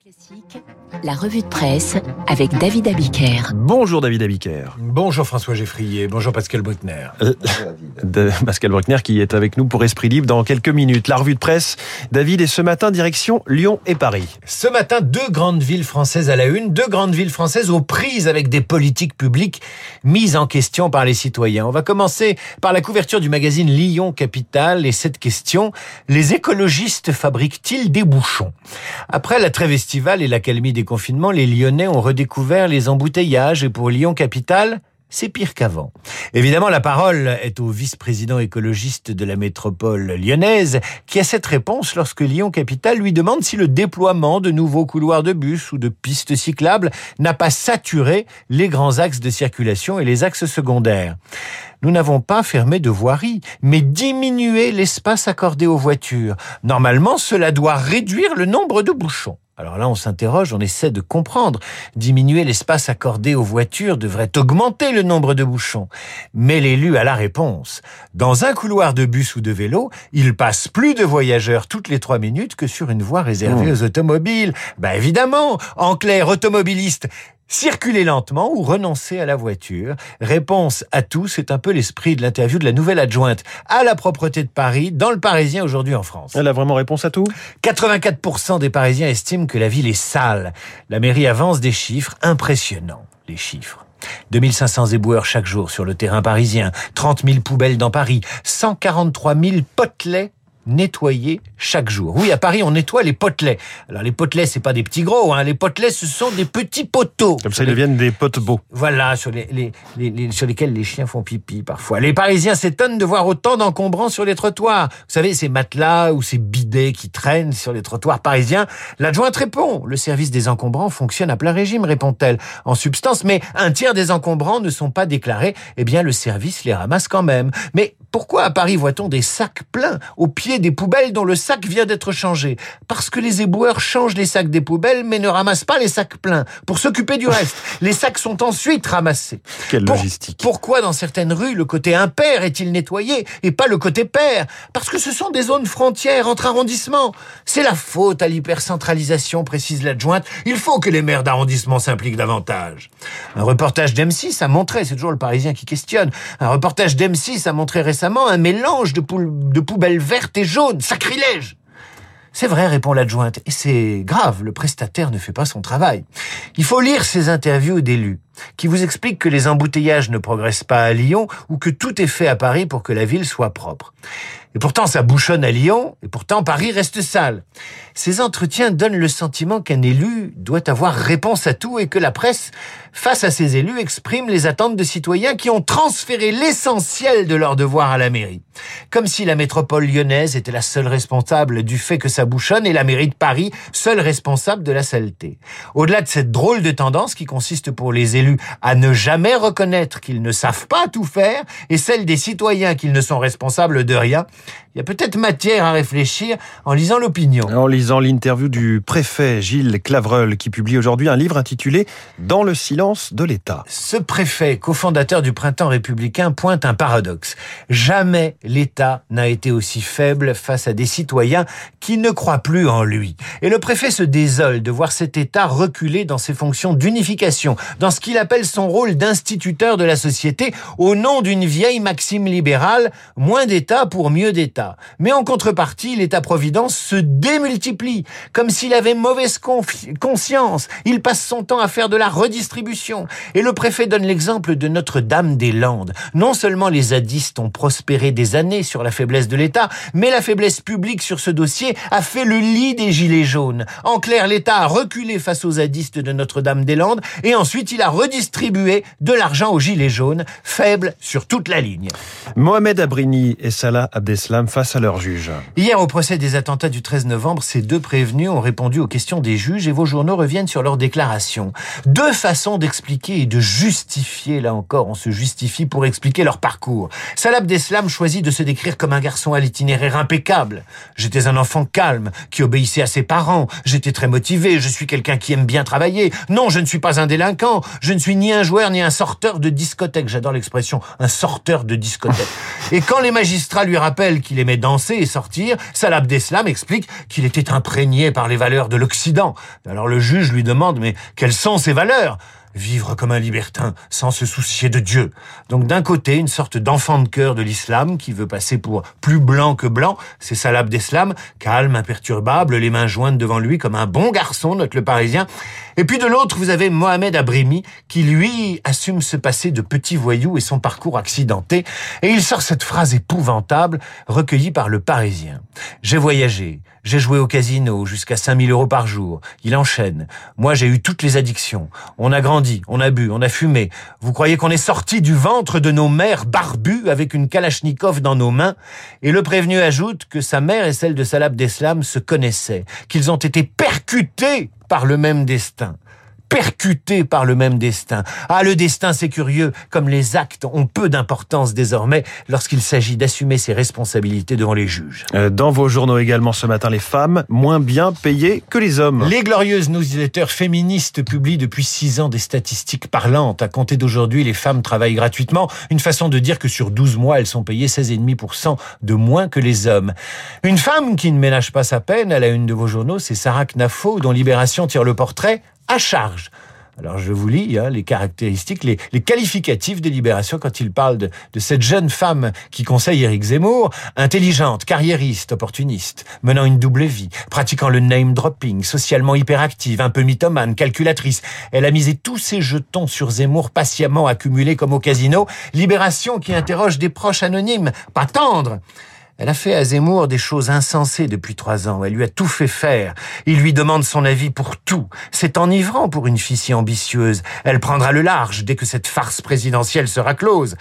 Classique, la revue de presse avec David Abiker. Bonjour David Abiker. Bonjour François Geffrier, bonjour Pascal Bruckner. Pascal Bruckner qui est avec nous pour Esprit Libre dans quelques minutes. La revue de presse, David, et ce matin, direction Lyon et Paris. Ce matin, deux grandes villes françaises à la une, deux grandes villes françaises aux prises avec des politiques publiques mises en question par les citoyens. On va commencer par la couverture du magazine Lyon Capitale et cette question: les écologistes fabriquent-ils des bouchons ? Après la trêve estivale et l'accalmie des confinements, les Lyonnais ont redécouvert les embouteillages et pour Lyon Capitale, c'est pire qu'avant. Évidemment, la parole est au vice-président écologiste de la métropole lyonnaise qui a cette réponse lorsque Lyon Capitale lui demande si le déploiement de nouveaux couloirs de bus ou de pistes cyclables n'a pas saturé les grands axes de circulation et les axes secondaires. Nous n'avons pas fermé de voirie, mais diminué l'espace accordé aux voitures. Normalement, cela doit réduire le nombre de bouchons. Alors là, on s'interroge, on essaie de comprendre. Diminuer l'espace accordé aux voitures devrait augmenter le nombre de bouchons. Mais l'élu a la réponse. Dans un couloir de bus ou de vélo, il passe plus de voyageurs toutes les 3 minutes que sur une voie réservée aux automobiles. Évidemment, en clair, automobilistes, circuler lentement ou renoncer à la voiture. Réponse à tout, c'est un peu l'esprit de l'interview de la nouvelle adjointe à la propreté de Paris dans Le Parisien aujourd'hui en France. Elle a vraiment réponse à tout ? 84% des Parisiens estiment que la ville est sale. La mairie avance des chiffres impressionnants. Les chiffres. 2500 éboueurs chaque jour sur le terrain parisien, 30 000 poubelles dans Paris, 143 000 potelets nettoyés chaque jour. Oui, à Paris, on nettoie les potelets. Alors, les potelets, c'est pas des petits gros, hein. Les potelets, ce sont des petits poteaux. Comme ça, ils deviennent des potes beaux. Voilà, sur lesquels les chiens font pipi, parfois. Les Parisiens s'étonnent de voir autant d'encombrants sur les trottoirs. Vous savez, ces matelas ou ces bidets qui traînent sur les trottoirs parisiens. L'adjointe répond: le service des encombrants fonctionne à plein régime, répond-elle. En substance, mais un tiers des encombrants ne sont pas déclarés. Eh bien, le service les ramasse quand même. Mais pourquoi à Paris voit-on des sacs pleins au pied des poubelles dont le sac vient d'être changé? Parce que les éboueurs changent les sacs des poubelles mais ne ramassent pas les sacs pleins pour s'occuper du reste. Les sacs sont ensuite ramassés. Quelle logistique. Pourquoi dans certaines rues le côté impair est-il nettoyé et pas le côté pair? Parce que ce sont des zones frontières entre arrondissements. C'est la faute à l'hypercentralisation, précise l'adjointe. Il faut que les maires d'arrondissement s'impliquent davantage. Un reportage d'M6 a montré, c'est toujours Le Parisien qui questionne, un reportage d'M6 a montré récemment un mélange de poubelles vertes et jaunes. Sacrilège! C'est vrai, répond l'adjointe, et c'est grave, le prestataire ne fait pas son travail. Il faut lire ces interviews d'élus qui vous expliquent que les embouteillages ne progressent pas à Lyon ou que tout est fait à Paris pour que la ville soit propre. Et pourtant, ça bouchonne à Lyon, et pourtant Paris reste sale. Ces entretiens donnent le sentiment qu'un élu doit avoir réponse à tout et que la presse, face à ces élus, exprime les attentes de citoyens qui ont transféré l'essentiel de leurs devoirs à la mairie. Comme si la métropole lyonnaise était la seule responsable du fait que ça bouchonne et la mairie de Paris, seule responsable de la saleté. Au-delà de cette drôle de tendance qui consiste pour les élus à ne jamais reconnaître qu'ils ne savent pas tout faire et celle des citoyens qu'ils ne sont responsables de rien, il y a peut-être matière à réfléchir en lisant l'opinion. En lisant l'interview du préfet Gilles Clavreul qui publie aujourd'hui un livre intitulé « Dans le silence de l'État ». Ce préfet, cofondateur du Printemps républicain, pointe un paradoxe. Jamais l'État n'a été aussi faible face à des citoyens qui ne croient plus en lui. Et le préfet se désole de voir cet État reculer dans ses fonctions d'unification, dans ce qu'il appelle son rôle d'instituteur de la société, au nom d'une vieille maxime libérale, moins d'État pour mieux d'État. Mais en contrepartie, l'État-providence se démultiplie, comme s'il avait mauvaise conscience. Il passe son temps à faire de la redistribution. Et le préfet donne l'exemple de Notre-Dame-des-Landes. Non seulement les zadistes ont prospéré des années sur la faiblesse de l'État, mais la faiblesse publique sur ce dossier a fait le lit des gilets jaunes. En clair, l'État a reculé face aux zadistes de Notre-Dame-des-Landes et ensuite il a redistribué de l'argent aux gilets jaunes, faibles sur toute la ligne. Mohamed Abrini et Salah Abdeslam face à leur juge. Hier, au procès des attentats du 13 novembre, ces deux prévenus ont répondu aux questions des juges et vos journaux reviennent sur leurs déclarations. Deux façons d'expliquer et de justifier, là encore, on se justifie pour expliquer leur parcours. Salah Abdeslam choisit de se décrire comme un garçon à l'itinéraire impeccable. J'étais un enfant calme, qui obéissait à ses parents. J'étais très motivé, je suis quelqu'un qui aime bien travailler. Non, je ne suis pas un délinquant. Je je ne suis ni un joueur ni un sorteur de discothèque. J'adore l'expression, un sorteur de discothèque. Et quand les magistrats lui rappellent qu'il aimait danser et sortir, Salah Abdeslam explique qu'il était imprégné par les valeurs de l'Occident. Alors le juge lui demande, mais quelles sont ces valeurs ? Vivre comme un libertin, sans se soucier de Dieu. Donc d'un côté, une sorte d'enfant de cœur de l'islam qui veut passer pour plus blanc que blanc, c'est Salah Abdeslam, calme, imperturbable, les mains jointes devant lui comme un bon garçon, note le Parisien. Et puis de l'autre, vous avez Mohamed Abrimi, qui lui assume ce passé de petit voyou et son parcours accidenté. Et il sort cette phrase épouvantable, recueillie par le Parisien. J'ai voyagé, j'ai joué au casino jusqu'à 5 000 € par jour. Il enchaîne. Moi, j'ai eu toutes les addictions. On a grandi, on a bu, on a fumé. Vous croyez qu'on est sorti du ventre de nos mères barbues avec une kalachnikov dans nos mains? Et le prévenu ajoute que sa mère et celle de Salah Abdeslam se connaissaient, qu'ils ont été percutés par le même destin. Percutés par le même destin. Ah, le destin, c'est curieux, comme les actes ont peu d'importance désormais lorsqu'il s'agit d'assumer ses responsabilités devant les juges. Dans vos journaux également ce matin, les femmes moins bien payées que les hommes. Les glorieuses newsletters féministes publient depuis 6 ans des statistiques parlantes. À compter d'aujourd'hui, les femmes travaillent gratuitement. Une façon de dire que sur 12 mois, elles sont payées 16,5% de moins que les hommes. Une femme qui ne ménage pas sa peine à la une de vos journaux, c'est Sarah Knafo, dont Libération tire le portrait à charge. Alors je vous lis les caractéristiques, les qualificatifs de Libération quand il parle de cette jeune femme qui conseille Éric Zemmour, intelligente, carriériste, opportuniste, menant une double vie, pratiquant le name dropping, socialement hyperactive, un peu mythomane, calculatrice. Elle a misé tous ses jetons sur Zemmour, patiemment accumulés comme au casino. Libération qui interroge des proches anonymes, pas tendres. Elle a fait à Zemmour des choses insensées depuis 3 ans. Elle lui a tout fait faire. Il lui demande son avis pour tout. C'est enivrant pour une fille si ambitieuse. Elle prendra le large dès que cette farce présidentielle sera close.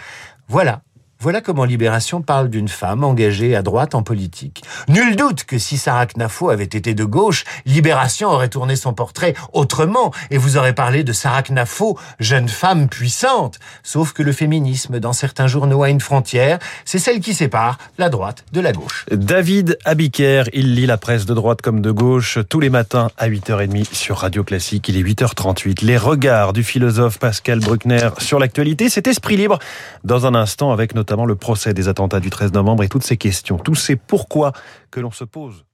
Voilà comment Libération parle d'une femme engagée à droite en politique. Nul doute que si Sarah Knafo avait été de gauche, Libération aurait tourné son portrait autrement et vous aurait parlé de Sarah Knafo, jeune femme puissante. Sauf que le féminisme, dans certains journaux, a une frontière. C'est celle qui sépare la droite de la gauche. David Abiker, il lit la presse de droite comme de gauche tous les matins à 8h30 sur Radio Classique. Il est 8h38. Les regards du philosophe Pascal Bruckner sur l'actualité, c'est Esprit Libre. Dans un instant avec notamment le procès des attentats du 13 novembre et toutes ces questions, tous ces pourquoi que l'on se pose.